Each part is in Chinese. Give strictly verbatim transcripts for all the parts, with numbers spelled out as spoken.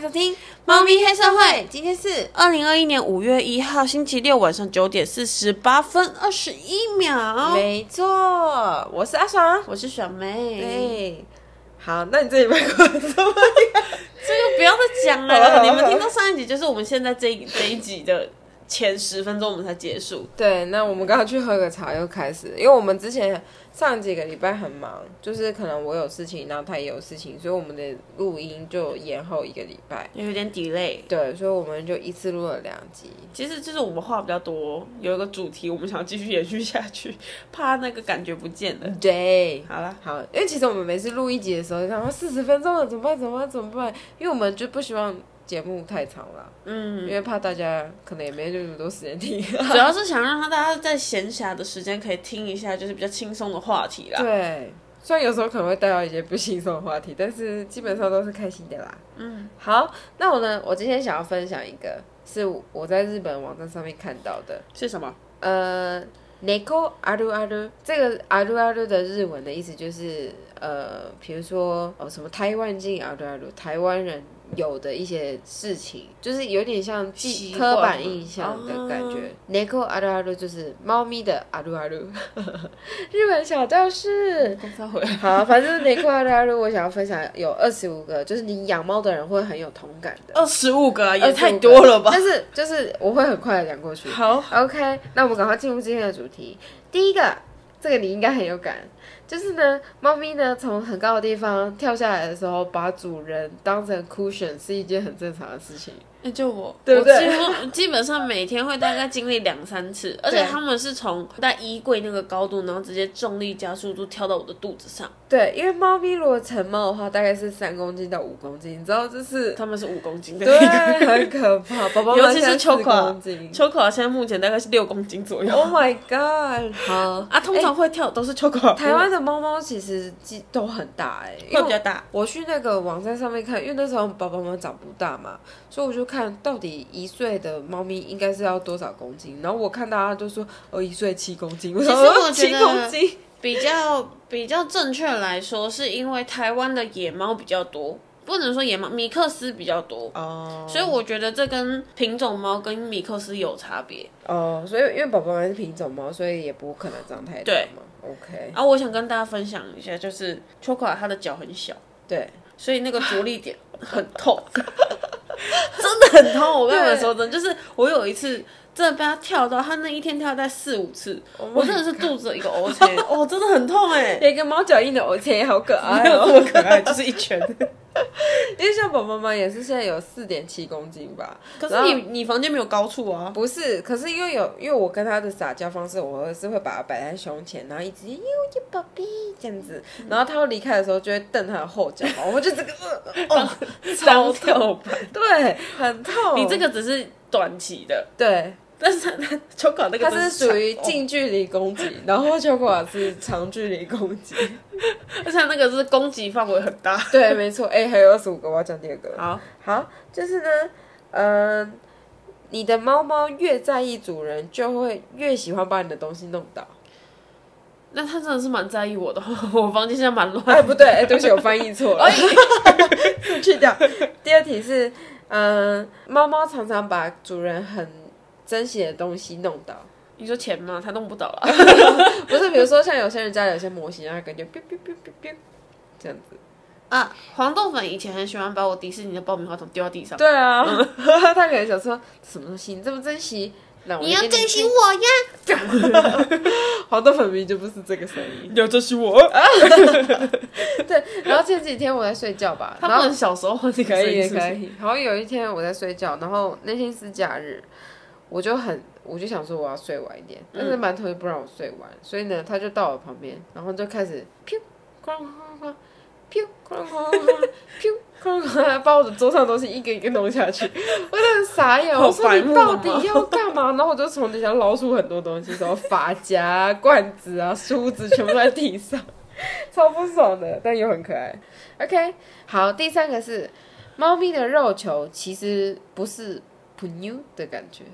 迎收听《猫咪黑社会》。今天是二零二一年五月一号星期六晚上九点四十八分二十一秒。 没错，我是阿爽， 我是小妹。 对，好，那你这礼拜过得怎么样？ 这个不要再讲了，你们听到上一集就是我们现在这一这一集的前十分钟我们才结束。 对，那我们刚刚去喝个茶又开始，因为我们之前上几个礼拜很忙，就是可能我有事情，然后他也有事情，所以我们的录音就延后一个礼拜， 有点 delay。 对，所以我们就一次录了两集。 其实就是我们话比较多，有一个主题我们想要继续延续下去，怕那个感觉不见了。 对， 好了， 好，因为其实我们每次录一集的时候，想说四十分钟了怎么办？怎么办？怎么办？因为我们就不希望节目太长了，嗯，因为怕大家可能也没那么多时间听， 主要是想让大家在闲暇的时间可以听一下，就是比较轻松的话题啦。 对，虽然有时候可能会带到一些不轻松的话题，但是基本上都是开心的啦。嗯，好，那我呢，我今天想要分享一个是我在日本网站上面看到的， 是什么？ 呃，neko aru aru， 这个 aru aru 的日文的意思就是呃，比如说哦什么台湾人 aru aru， 台湾人有的一些事情，就是有点像记刻板印象的感觉。neko aru aru 就是猫咪的 aru aru， 日本小教室。好，反正 neko aru aru 我想要分享有二十五个，就是你养猫的人会很有同感的。 二十五个也太多了吧？ 但是就是我会很快的讲过去。 好 ，OK， 那我们赶快进入今天的主题。第一个，这个你应该很有感。就是呢，猫咪呢从很高的地方跳下来的时候，把主人当成 cushion 是一件很正常的事情。 那、欸、就我， 对不对？ 我基基本上每天会大概经历两三次，而且他们是从在衣柜那个高度，然后直接重力加速度跳到我的肚子上。 对，因为猫咪如果成猫的话，大概是三公斤到五公斤，你知道这是他们是五公斤的， 对，很可怕。宝宝尤其是秋卡，秋卡现在目前大概是六公斤左右。 Oh my god！ 好啊，通常会跳的都是秋卡。 台湾的猫猫其实都很大哎、欸， 会比较大。 我去那个网站上面看，因为那时候宝宝们长不大嘛，所以我就看到底一岁的猫咪应该是要多少公斤。然后我看大家都说哦，一岁七公斤。 其实我觉七公斤比较比较正确来说，是因为台湾的野猫比较多。不能说野猫，米克斯比较多哦，oh. 所以我觉得这跟品种猫跟米克斯有差别哦。Oh, 所以因为宝宝们是品种猫，所以也不可能长太大嘛。OK。 啊，我想跟大家分享一下，就是秋卡它的脚很小， 对， 所以那个着力点很痛，真的很痛。我跟你们说真的，就是我有一次真的被它跳到，它那一天跳大概四五次， oh、我真的是肚子有一个 O C， 哦，真的很痛哎、 欸，一个猫脚印的 O C 好可爱、哦， 没有这么可爱，就是一圈。 因为像宝宝们也是现在有四点七公斤吧， 可是你你房间没有高处啊？ 不是，可是因为有因为我跟他的撒娇方式，我是会把它摆在胸前，然后一直哟哟宝贝这样子，然后他要离开的时候就会蹬他的后脚嘛，我就这个哦超痛， 对，很痛。 你这个只是短期的， 对。 但是它秋卡那个它是属于近距离攻击，然后秋卡是长距离攻击， 而且那个是攻击范围很大。 对，没错。哎、欸，还有二十五个，我要讲第二个。 好， 好，就是呢，嗯、呃，你的猫猫越在意主人，就会越喜欢把你的东西弄倒。 那它真的是蛮在意我的，我房间现在蛮乱。 哎，不对，哎，对不起，我翻译错了，去掉。第二题是，嗯、呃，猫猫常常把主人很珍惜的东西弄倒。 你说钱吗？他弄不倒了。 不是，比如说像有些人家里有些模型，然后感觉 biu biu biu biu biu 这样子。 啊，黄豆粉以前很喜欢把我迪士尼的爆米花桶丢到地上。 对啊，嗯、他可能想说什么东西你这么珍惜，那我你要珍惜我呀。 黄豆粉明明就不是这个声音， 你要珍惜我。 对，然后前几天我在睡觉吧， 他不能小时候换这个声音是不是？ 可以可以。然后有一天我在睡觉，然后那天是假日，我就很我就想说我要睡晚一点，但是馒头也不让我睡完，所以呢他就到我旁边，然后就开始噗哐哐哐噗哐哐噗哐哐，把我的桌上东西一个一个弄下去，我真的很傻眼。我说你到底要干嘛？然后我就从底下捞出很多东西，什么发夹、罐子啊、梳子，全部在地上，超不爽的，但又很可爱。OK， 好，第三个是猫咪的肉球其实不是噗妞的感觉。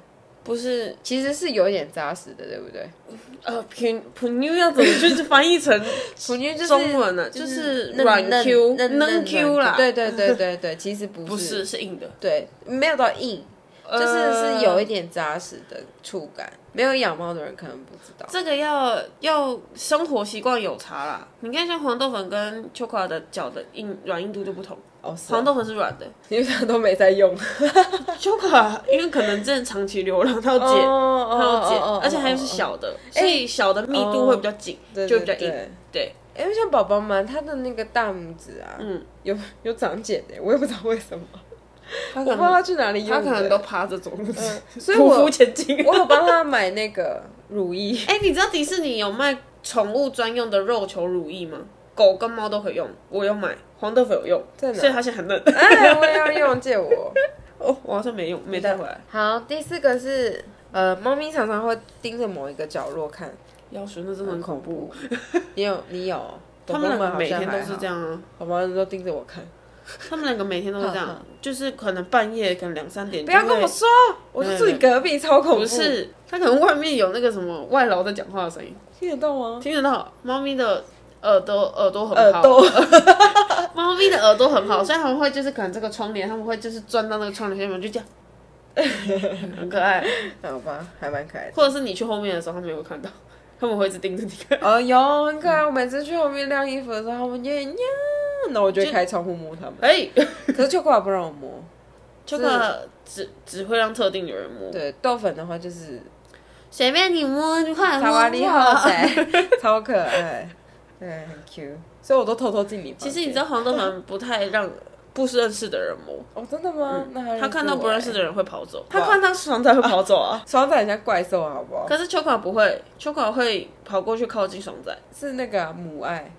不是， 其实是有点扎实的，对不对？ 呃，普普妞要怎么就是翻译成普妞就是中文呢？就就是软 Q 嫩嫩 Q 啦。 对对对对对，其实不是， 不是是硬的， 对，没有到硬。就是是有一点扎实的触感，没有养猫的人可能不知道。 这个要要生活习惯有差啦。你看，像黄豆粉跟秋卡的脚的硬软硬度就不同。 哦，是、啊。 黄豆粉是软的， 因为他都没在用。 秋卡因为可能真的长期流浪，它要剪，它要剪，而且还是小的，所以小的密度会比较紧，就比较硬。对， 因为像宝宝们，他的那个大拇指啊，嗯，有有长茧的，我也不知道为什么。他可能我不知道他去哪里用， 他可能都趴着走路， 嗯、所以我匍匐前进。 我有帮他买那个乳液。 哎、欸，你知道迪士尼有卖宠物专用的肉球乳液吗？狗跟猫都可以用，我有买，黄豆粉有用，所以它现在很嫩。 哎，我也要用，借我。 哦，我好像没用，没带回来。 好，第四个是呃，猫咪常常会盯着某一个角落看， 要说那真的很恐怖。 你有你有？ 他们两个每天都是这样啊， 宝宝们都盯着我看。 他们两个每天都是这样，就是可能半夜可能两三点。 不要跟我说，我就住你隔壁，超恐怖。 不是，他可能外面有那个什么外劳在讲话的声音， 听得到吗？ 听得到。猫咪的耳朵耳朵很好， 耳朵， 猫咪的耳朵很好，所以他们会就是可能这个窗帘，他们会就是钻到那个窗帘下面就这样，很可爱。 好吧，还蛮可爱的。 或者是你去后面的时候，他们也会看到，他们会一直盯着你看。 哦，有很可爱。我每次去后面晾衣服的时候，他们也呀。那我就会开窗户摸他们。 哎， 可是秋卡不让我摸， 秋卡只只会让特定的人摸。 对，豆粉的话就是随便你摸，就快卡哇伊好仔，超可爱，对，很 Q。所以我都偷偷进你房间。 其实你知道黄豆粉不太让不认识的人摸。 哦，真的吗？嗯、那还他看到不认识的人会跑走，他看到爽仔会跑走啊。 爽仔很像怪兽，好不好？ 可是秋卡不会，秋卡会跑过去靠近爽仔， 是那个、啊、母爱。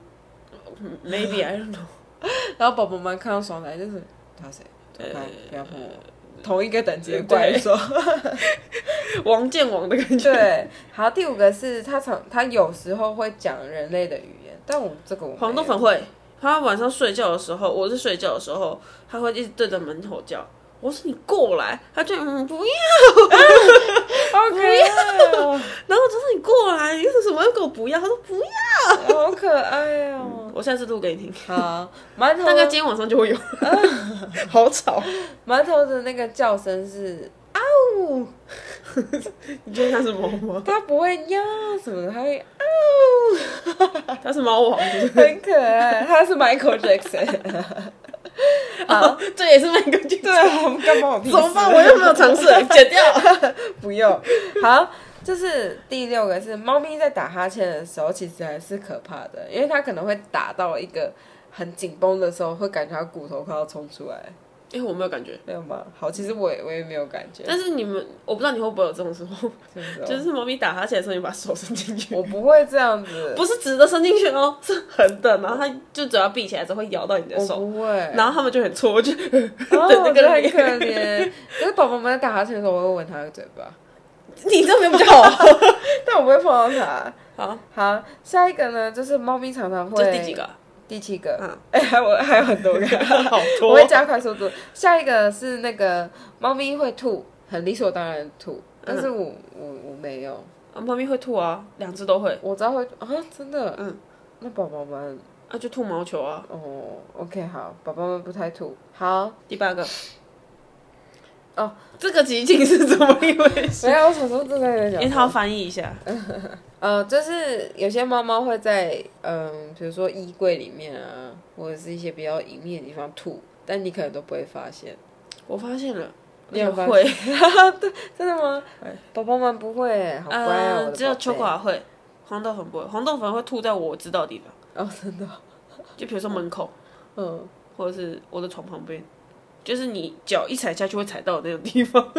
Maybe I don't know。 然后宝宝们看到爽仔就是他谁？呃，不要碰我。同一个等级的怪兽， 王见王的感觉。 对，好，第五个是他常他有时候会讲人类的语言，但我这个我黄豆粉会，他晚上睡觉的时候，我是睡觉的时候，他会一直对着门口叫。我说你过来，他就嗯不要， 好可爱哦。 然后我就说你过来，你为什么要跟我不要？他说不要， 好可爱哦。 嗯、我下次录给你听。 好，馒头大概今天晚上就会有，好吵。 馒头的那个叫声是啊呜， 你觉得他是猫吗？ 他不会呀什么的，他会啊呜，他是猫王， 很可爱。他是 Michael Jackson。 好，哦、这也是那个剧。 对啊，我们干嘛？ 怎么办？我又没有尝试，剪掉。 不用。好，就是第六个是猫咪在打哈欠的时候，其实还是可怕的，因为它可能会打到一个很紧绷的时候，会感觉它骨头快要冲出来。 因为我没有感觉， 没有吗？好，其实我也我也没有感觉。 但是你们，我不知道你会不会有这种时候，就是猫咪打哈欠的时候，你把手伸进去。 我不会这样子， 不是直的伸进去哦，是横的，然后它就只要闭起来之后会咬到你的手。 我不会， 然后他们就很搓，就哦，我觉得很可怜。可是宝宝们在打哈欠的时候，我会闻它的嘴巴。 你这边比较好， 但我不会碰到它。 好， 好，下一个呢，就是猫咪常常会。 这是第几个？ 第七个，嗯，哎、欸，还有还有很多个， 好多， 我会加快速度。下一个是那个猫咪会吐，很理所当然的吐，但是我、嗯、我我没有。 啊，猫咪会吐啊，两只都会。 我知道会啊，真的， 嗯， 那宝宝们啊就吐毛球啊。 哦 ，OK， 好，宝宝们不太吐。好， 第八个。 哦， 这个集锦是怎么一回事？ 没有，我想说这个有点， 因为他要翻译一下。 呃，就是有些猫猫会在嗯、呃，比如说衣柜里面啊，或者是一些比较隐秘的地方吐，但你可能都不会发现。 我发现了， 你有会？ 对，真的吗？宝宝们不会，好乖哦。 呃、只有秋瓜会，黄豆粉不会。黄豆粉会吐在我知道的地方。哦，真的。 就比如说门口， 嗯， 或者是我的床旁边，就是你脚一踩下去会踩到的那种地方。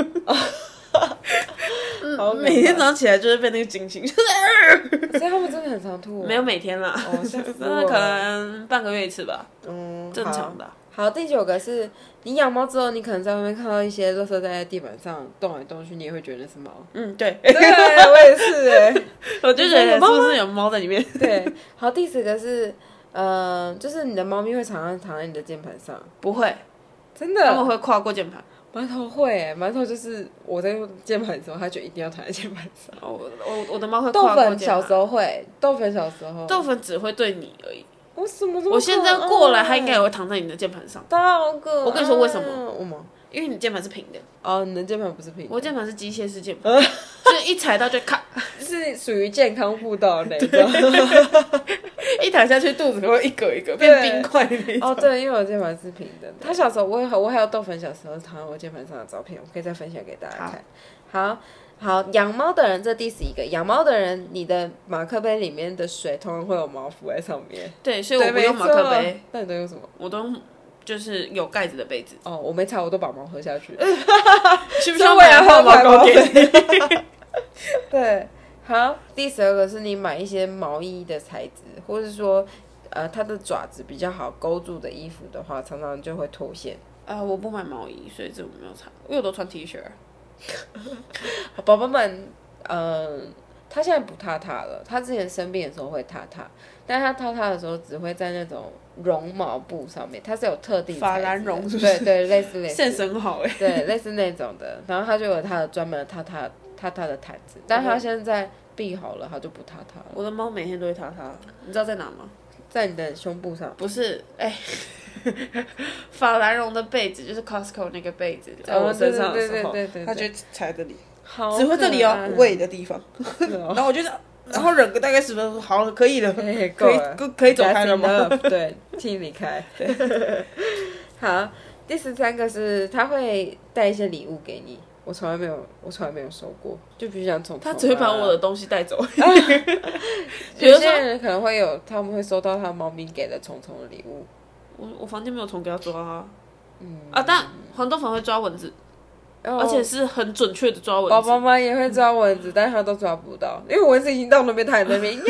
嗯，每天早上起来就会被那个惊醒，就是， 所以他们真的很常吐、哦。 没有每天啦，哦，那可能半个月一次吧，嗯，正常的。 好，好第九个是你养猫之后，你可能在外面看到一些垃圾在地板上动来动去，你也会觉得是猫。 嗯，对， 对，我也是哎， 我就觉得是不是有猫在里面？ 对，好，第十个是，呃，就是你的猫咪会常常躺在你的键盘上， 不会， 真的， 他们会跨过键盘。 馒头会诶，馒头就是我在用键盘的时候，它就一定要躺在键盘上。 哦，我我我的猫会豆跨过键盘。 粉小时候会，豆粉小时候， 豆粉只会对你而已。 我什么都我现在过来，它应该也会躺在你的键盘上。 好可爱。 我跟你说为什么？ 为什么？ 因为你键盘是平的。 哦，你的键盘不是平的。 我键盘是机械式键盘，就是一踩到就咔， 是属于健康步道的那种。 一躺下去肚子会一格一格变冰块那种。 哦，对，因为我键盘是平的。他小时候，我我还有豆粉小时候躺在我键盘上的照片，我可以再分享给大家看。好。好，养猫的人，这第十一个，养猫的人，你的马克杯里面的水通常会有毛浮在上面。 对，所以我不用马克杯。 那你都用什么？ 我都用就是有盖子的杯子。 哦，我没擦，我都把毛喝下去。 需不需要买花毛糕点？ 对，好，第十二个是你买一些毛衣的材质，或是说，呃，它的爪子比较好勾住的衣服的话，常常就会脱线。 啊、呃，我不买毛衣，所以这我没有擦，因为我都穿 T 恤。 宝宝们，嗯，他现在不踏踏了。他之前生病的时候会踏踏，但他踏踏的时候只会在那种绒毛布上面，它是有特定法兰绒，是不是？对对，类似类似。 现身好哎。 对，类似那种的。然后他就有他的专门的踏踏踏踏的毯子，但他现在病好了，他就不踏踏了。 我的猫每天都会踏踏，你知道在哪吗？ 在你的胸部上。 不是，哎、欸，法兰绒的被子就是 Costco 那个被子，在我身上的时候，它就踩这里。只会这里哦，胃的地方。然后我就然后忍个大概十分钟，好了，可以了，可以可以走开了吗？ 对，请离开。好，第十三个是他会带一些礼物给你，我从来没有，我从来没有收过，就比如像虫虫， 他只会把我的东西带走。 有些人可能会有，他们会收到他猫咪给的虫虫的礼物。 我我房间没有虫给他抓啊，嗯啊，但黄豆粉会抓蚊子。而且是很准确的抓蚊子， 宝宝妈也会抓蚊子，但是他都抓不到，因为蚊子已经到那边，他也在那边呀，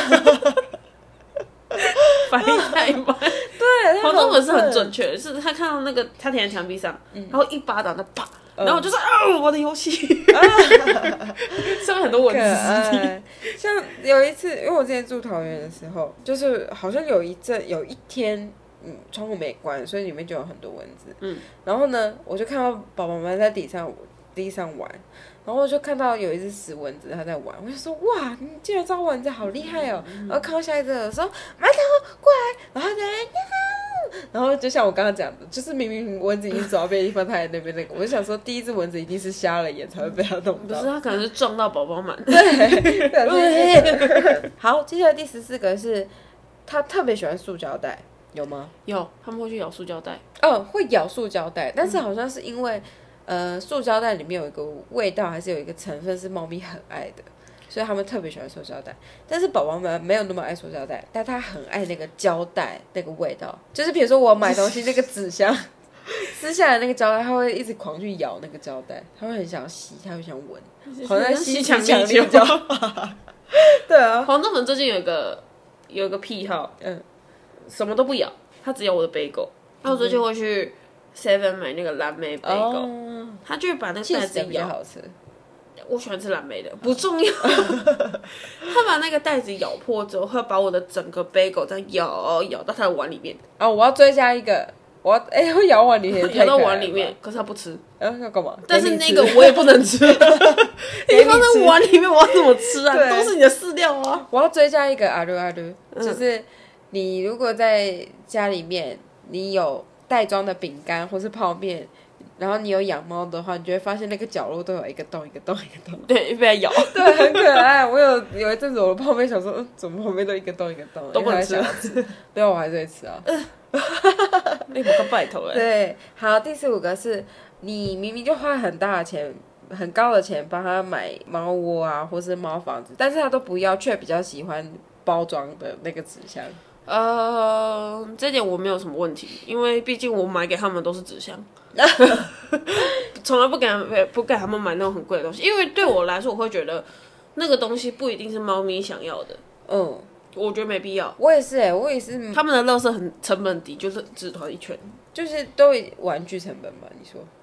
反应太慢。 对， 黄豆粉是很准确的，是他看到那个他填在墙壁上，嗯、然后一巴掌就啪，嗯、然后我就说啊，我的游戏，上面很多蚊子尸体。 像有一次，因为我之前住桃园的时候，就是好像有一阵有一天。嗯，窗户没关，所以里面就有很多蚊子。嗯，然后呢，我就看到宝宝们在地上地上玩，然后我就看到有一只死蚊子，它在玩，我就说哇，你竟然抓蚊子，好厉害哦！嗯、然后看到下一只的时候，馒头过来，然后就呀，然后就像我刚刚讲的，就是明明蚊子已经走到别的地方，它在那边那个，我就想说，第一只蚊子一定是瞎了眼才会被它弄到， 不是，它可能是撞到宝宝们。 对，对好，接下来第十四个是，他特别喜欢塑胶袋。有吗？ 有，他们会去咬塑胶袋。 哦，会咬塑胶袋，但是好像是因为，嗯、呃，塑胶袋里面有一个味道，还是有一个成分是猫咪很爱的，所以他们特别喜欢塑胶袋。但是宝宝们没有那么爱塑胶袋，但他很爱那个胶带那个味道，就是比如说我买东西那个纸箱撕下来那个胶带，他会一直狂去咬那个胶带，他会很想吸，他会想闻，好像吸强力胶。对啊， 黄豆粉最近有一个有一个癖好，嗯。什么都不咬，他只咬我的贝狗。那我最近会去 seven 买那个蓝莓贝狗，他就会把那个袋子咬。 好吃， 我喜欢吃蓝莓的，不重要。他把那个袋子咬破之后，会把我的整个贝狗再咬咬到他的碗里面。 哦，我要追加一个，我要哎、欸、会咬碗里面， 咬到碗里面，可是他不吃。 嗯、呃，要干嘛？ 但是那个我也不能吃。你放在碗里面，我要怎么吃啊？都是你的饲料啊！ 我要追加一个阿鲁阿鲁，就是。嗯你如果在家里面，你有袋装的饼干或是泡面，然后你有养猫的话，你就会发现那个角落都有一个洞，一个洞，一个洞。 对，被它咬。 对，很可爱。我有有一阵子我的泡面想说，嗯，怎么旁边都一个洞一个洞， 都不能吃。 对，我还是会吃啊。 那我个拜托哎。 对，好，第十五个是你明明就花很大的钱。很高的钱帮他买猫窝啊，或是猫房子，但是他都不要，却比较喜欢包装的那个纸箱。 呃，这点我没有什么问题，因为毕竟我买给他们都是纸箱，从来不给他们不给他们买那种很贵的东西，因为对我来说，我会觉得那个东西不一定是猫咪想要的。嗯，我觉得没必要。 我也是哎、欸，我也是。 他们的垃圾很成本低，就是纸团一圈， 就是都玩具成本嘛，你说。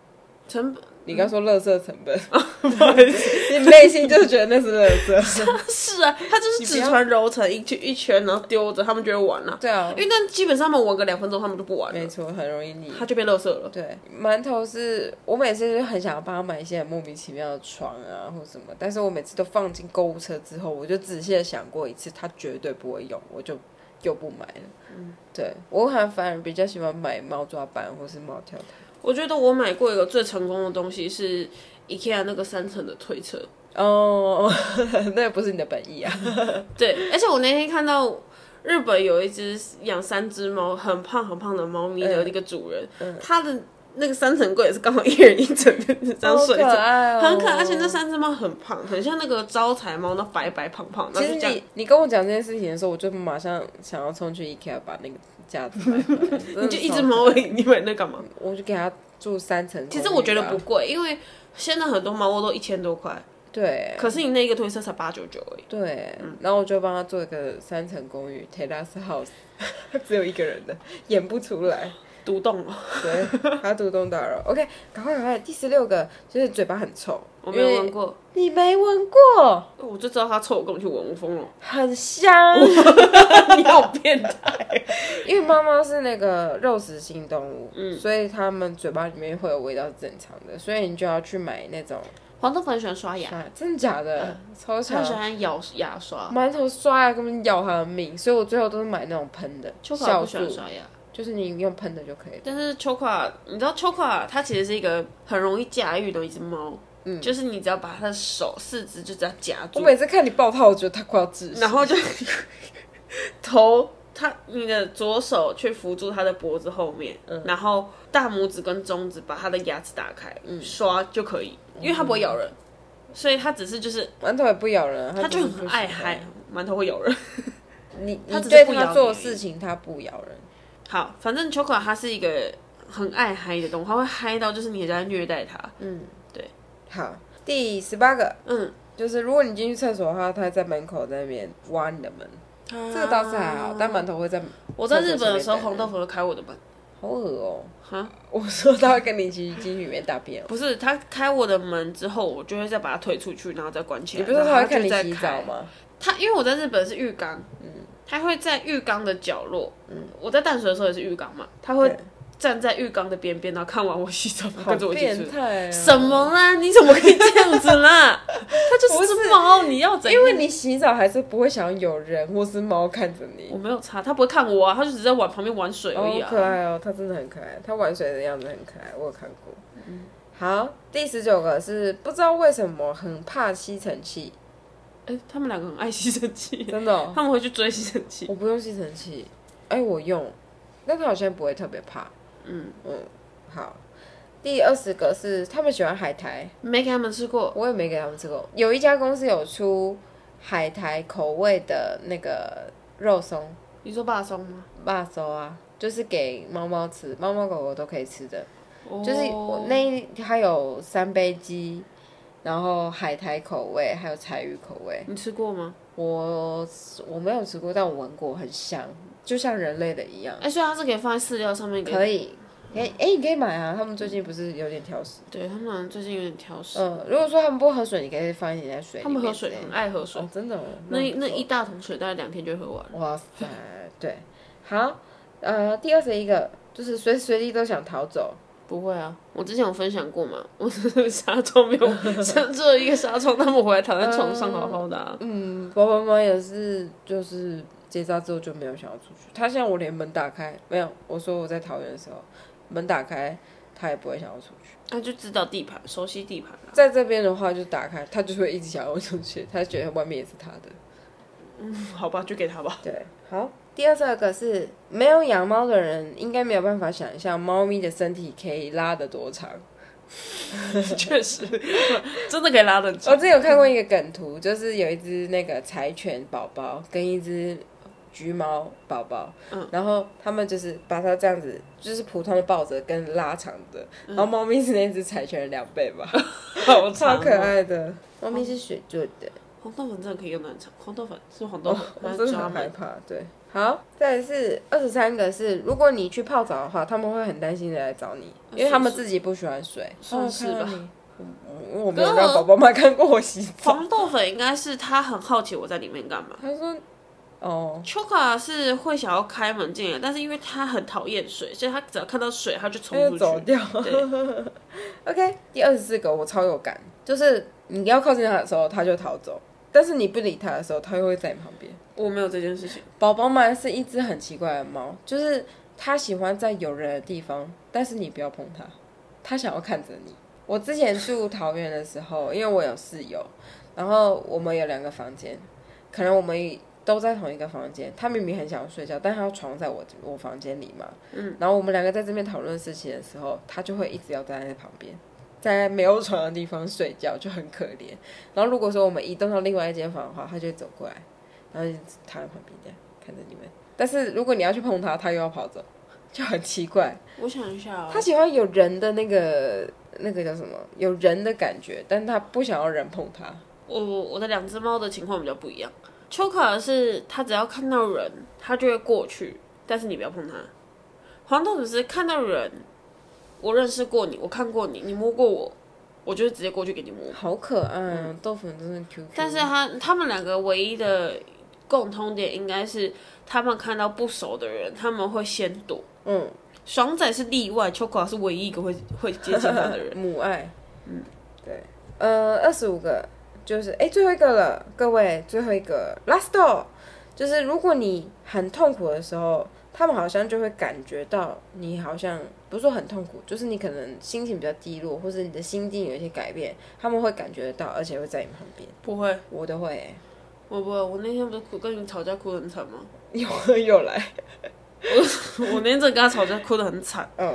成本。 你刚说垃圾成本，不好意思，你内心就觉得那是垃圾。 是啊，它就是纸船揉成一圈一圈，然后丢着，他们就会玩了。 对啊， 因为但基本上他们玩个两分钟，他们就不玩了。 没错，很容易腻， 它就变垃圾了。 对，馒头是我每次就很想要帮他买一些莫名其妙的床啊或什么，但是我每次都放进购物车之后，我就仔细的想过一次，他绝对不会用，我就又不买了。嗯，对，我还反而比较喜欢买猫抓板或是猫跳台。 我觉得我买过一个最成功的东西是 IKEA 那个三层的推车。 哦，那不是你的本意啊。 对，而且我那天看到日本有一只养三只猫，很胖很胖的猫咪的一个主人，嗯嗯、他的那个三层柜也是刚好一人一层这样睡着， 哦、 很可爱。而且那三只猫很胖，很像那个招财猫，那白白胖胖。 其实你你跟我讲这件事情的时候，我就马上想要冲去 IKEA 把那个架子买回来。 你就一只猫而已，你买那干嘛？ 我就给它住三层。 其实我觉得不贵，因为现在很多猫窝都一千多块。 对， 可是你那一个推车才八九九而已。 对，嗯、然后我就帮他做一个三层公寓 ，Terrace House， 只有一个人的，演不出来， 独栋了。 对，他独栋大楼。OK， 赶快赶快，第十六个就是嘴巴很臭， 我没有闻过， 你没闻过， 我就知道他臭，我根本去闻，我疯了， 很香。 你好变态。 因为猫猫是那个肉食性动物，嗯，所以它们嘴巴里面会有味道是正常的，所以你就要去买那种。 黄豆粉很喜欢刷牙， 真的假的？嗯、超强！ 他喜欢咬牙刷， 馒头刷牙根本要他的命，所以我最后都是买那种喷的。 秋卡不喜欢刷牙， 就是你用喷的就可以了。 但是秋卡，你知道秋卡它其实是一个很容易驾驭的一只猫，嗯，就是你只要把它的手四肢就这样夹住。 我每次看你抱它，我觉得它快要窒息， 然后就头。他，你的左手去扶住他的脖子后面，嗯、然后大拇指跟中指把他的牙齿打开，嗯、刷就可以，因为他不会咬人，嗯、所以他只是就是馒头也不咬人， 他就很爱嗨，馒头会咬人。 你你对他做事情他不咬人。 好，反正秋卡他是一个很爱嗨的动物，他会嗨到就是你在虐待他。嗯，对。 好，第十八个，嗯，就是如果你进去厕所的话，他在门口在那边挖你的门。这个倒是还好，但馒头会在。 我在日本的时候，黄豆腐会开我的门， 好恶哦、喔！哈，我说他会跟你一起进去里面大便， 不是他开我的门之后，我就会再把它推出去，然后再关起来。 你不是说他会看你洗澡吗？ 他因为我在日本是浴缸，嗯，他会在浴缸的角落，嗯，我在淡水的时候也是浴缸嘛，他会站在浴缸的边边，然后看完我洗澡，跟着我一起去。 啊、 什么啦？你怎么可以这样子啦？它就是只猫，你要怎样？ 因为你洗澡还是不会想要有人或是猫看着你。 我没有擦，它不会看我啊，它就只是在玩旁边玩水而已啊。 好、哦、可爱哦，它真的很可爱，它玩水的样子很可爱，我有看过。嗯、好，第十九个是不知道为什么很怕吸尘器。 哎、欸，他们两个很爱吸尘器， 真的、哦， 他们会去追吸尘器。 我不用吸尘器，哎、欸，我用，但他好像不会特别怕。嗯嗯，好。第二十个是他们喜欢海苔， 没给他们吃过， 我也没给他们吃过。有一家公司有出海苔口味的那个肉松， 你说霸松吗？ 霸松啊，就是给猫猫吃，猫猫狗狗都可以吃的。哦、就是我那还有三杯鸡，然后海苔口味，还有柴鱼口味。 你吃过吗？ 我我没有吃过，但我闻过，很香。就像人类的一样， 哎、欸，所以它是可以放在饲料上面， 可以，哎、欸欸，你可以买啊。他们最近不是有点挑食？ 对，他们最近有点挑食。 嗯，如果说他们不喝水，你可以放一点在水里面。 他们喝水很爱喝水， 哦、真的、哦。 那那一大桶水大概两天就会喝完。 哇塞，对，好，呃，第二十一个就是随时随地都想逃走。 不会啊，我之前有分享过嘛，我的纱窗没有，只有一个纱窗，他们回来躺在床上好好的、啊。 嗯，我妈妈也是，就是结扎之后就没有想要出去。他像我连门打开没有，我说我在桃园的时候，门打开他也不会想要出去。 他就知道地盘，熟悉地盘、啊。 在这边的话就打开，他就会一直想要出去，他觉得外面也是他的。 嗯，好吧，就给他吧。 对，好。第二十二个是没有养猫的人应该没有办法想象猫咪的身体可以拉得多长。 确实，真的可以拉得长。 我之前有看过一个梗图，就是有一只那个柴犬宝宝跟一只橘猫宝宝，嗯，然后他们就是把它这样子，就是普通的抱着跟拉长的，嗯、然后猫咪是那只柴犬的两倍吧， 好长、哦， 超可爱的。猫咪是水做的。 黄豆粉真的可以用的很长，黄豆粉是黄豆粉， 我真的很害怕。对，好，再来是二十三个是，如果你去泡澡的话，他们会很担心的来找你，因为他们自己不喜欢水。 算是吧。 我我没有让宝宝妈看过我洗澡。 黄豆粉应该是他很好奇我在里面干嘛。 他说。哦 ，Choka 是会想要开门进来，但是因为他很讨厌水，所以他只要看到水他就冲出去走掉。OK， 第二十四个我超有感，就是你要靠近他的时候他就逃走，但是你不理他的时候他又会在你旁边。 我没有这件事情。 宝宝们是一只很奇怪的猫，就是它喜欢在有人的地方，但是你不要碰它，它想要看着你。我之前住桃园的时候，因为我有室友，然后我们有两个房间，可能我们都在同一个房间，他明明很想要睡觉，但他床在我我房间里嘛，嗯，然后我们两个在这边讨论事情的时候，他就会一直要站在旁边，在没有床的地方睡觉，就很可怜。然后如果说我们移动到另外一间房的话，他就会走过来，然后就躺在旁边这样看着你们。但是如果你要去碰他，他又要跑走，就很奇怪。 我想一下哦， 他喜欢有人的那个那个叫什么，有人的感觉，但他不想要人碰他。 我我的两只猫的情况比较不一样。秋卡是他只要看到人，他就会过去，但是你不要碰他。黄豆子是看到人，我认识过你，我看过你，你摸过我，我就直接过去给你摸。 好可爱啊、嗯！豆粉真的 Q Q。 但是他他们两个唯一的共通点应该是，他们看到不熟的人，他们会先躲。嗯，爽仔是例外，秋卡是唯一一个会会接近他的人。 母爱，嗯，对，呃，二十五个。就是哎，最后一个了，各位，最后一个 last door， 就是如果你很痛苦的时候，他们好像就会感觉到你好像不是说很痛苦，就是你可能心情比较低落，或是你的心境有一些改变，他们会感觉得到，而且会在你旁边。 不会， 我都会、欸， 我不会。我那天不是哭跟你吵架哭得很惨吗？ 又又来， 我我那天真的跟他吵架哭得很惨。嗯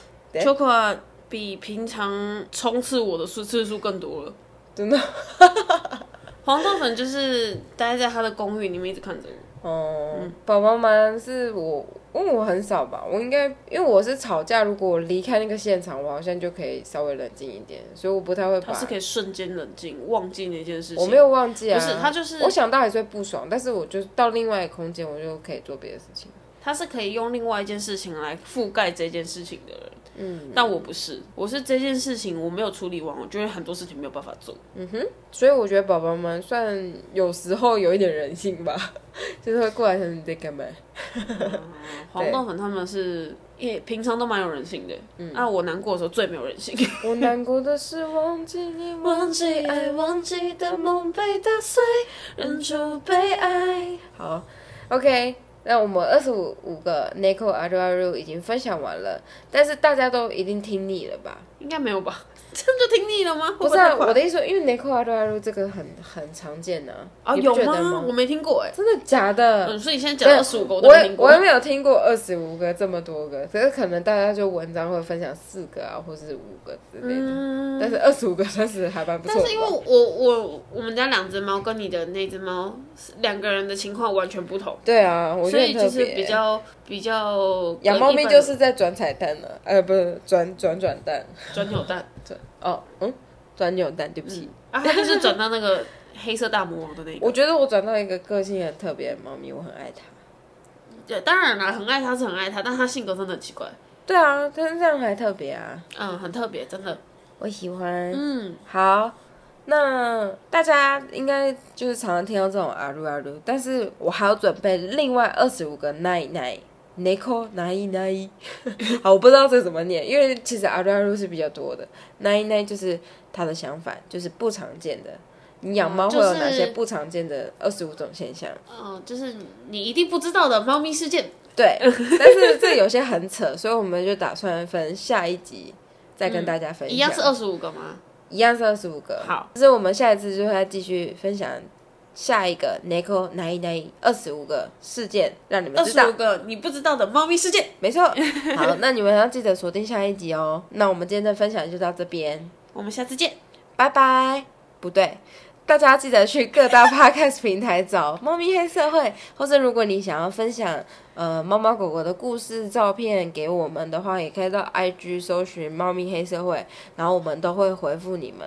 ，Choco 比平常冲刺我的次次数更多了。 真的， 黄豆粉就是待在他的公寓里面一直看着我。 哦、嗯，宝宝们是我，因为我很少吧，我应该因为我是吵架，如果我离开那个现场，我好像就可以稍微冷静一点，所以我不太会把。 他是可以瞬间冷静，忘记那件事情。 我没有忘记啊， 不是他就是我想到还是会不爽，但是我就到另外一个空间，我就可以做别的事情。 他是可以用另外一件事情来覆盖这件事情的人。嗯，但我不是，我是这件事情我没有处理完，我觉得很多事情没有办法做。 嗯哼，所以我觉得宝宝们算有时候有一点人性吧，就是会过来说你在干嘛。 嗯、黄豆粉他们是也平常都蛮有人性的，嗯，啊，我难过的时候最没有人性。 我难过的是忘记你， 忘记爱，忘记的梦被打碎，忍住悲哀。 好 ，OK。那我们二十五五个 Neko Aru Aru 已经分享完了，但是大家都一定听腻了吧？ 应该没有吧？真的听腻了吗？ 不是、啊，我的意思说，因为 Neko Aru Aru 这个很很常见的啊, 啊，有吗？我没听过哎、欸， 真的假的？ 嗯，所以你现在讲二十五个我都没听过。 我也没有听过二十五个这么多个，可是可能大家就文章会分享四个啊，或是五个之类的，嗯、但是二十五个算是还蛮不错的。 但是因为我我我们家两只猫跟你的那只猫两个人的情况完全不同。 对啊，我觉得很特别。 所以其实比较比较养猫咪就是在转彩蛋了、啊，呃，不是转转转蛋， 转扭蛋， 转哦嗯。转扭蛋，对不起、 嗯、啊，他就是转到那个黑色大魔王的那个。 我觉得我转到一个个性很特别的猫咪，我很爱它。 对，当然啦，很爱它是很爱它，但它性格真的很奇怪。 对啊，但是这样还特别啊。 嗯，很特别，真的， 我喜欢。嗯，好，那大家应该就是常常听到这种阿鲁阿鲁，但是我还要准备另外二十五个奈奈。Neko 哪一哪一，好，我不知道这怎么念，因为其实阿鲁阿鲁是比较多的，哪一哪就是它的相反，就是不常见的。你养猫会有哪些不常见的二十五种现象？ 嗯、呃，就是你一定不知道的猫咪事件。 对，但是这有些很扯，所以我们就打算分下一集再跟大家分享。嗯、 一样是二十五个吗？ 一样是二十五个。 好， 就是我们下一次就会再继续分享。下一个 Neko 哪一哪一二十五个事件，让你们知道二十五个你不知道的猫咪事件， 没错。好，那你们要记得锁定下一集哦。那我们今天的分享就到这边， 我们下次见， 拜拜。不对，大家记得去各大 podcast 平台找猫咪黑社会，或是如果你想要分享呃猫猫狗狗的故事照片给我们的话，也可以到 I G 搜寻猫咪黑社会，然后我们都会回复你们。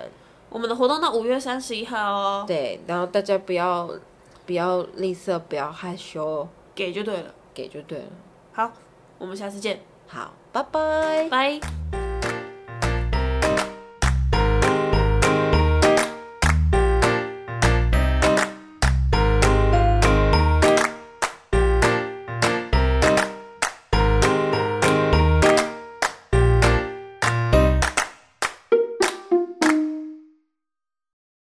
我们的活动到五月三十一号哦。 对，然后大家不要不要吝啬，不要害羞， 给就对了， 给就对了。 好，我们下次见， 好，拜拜， 拜。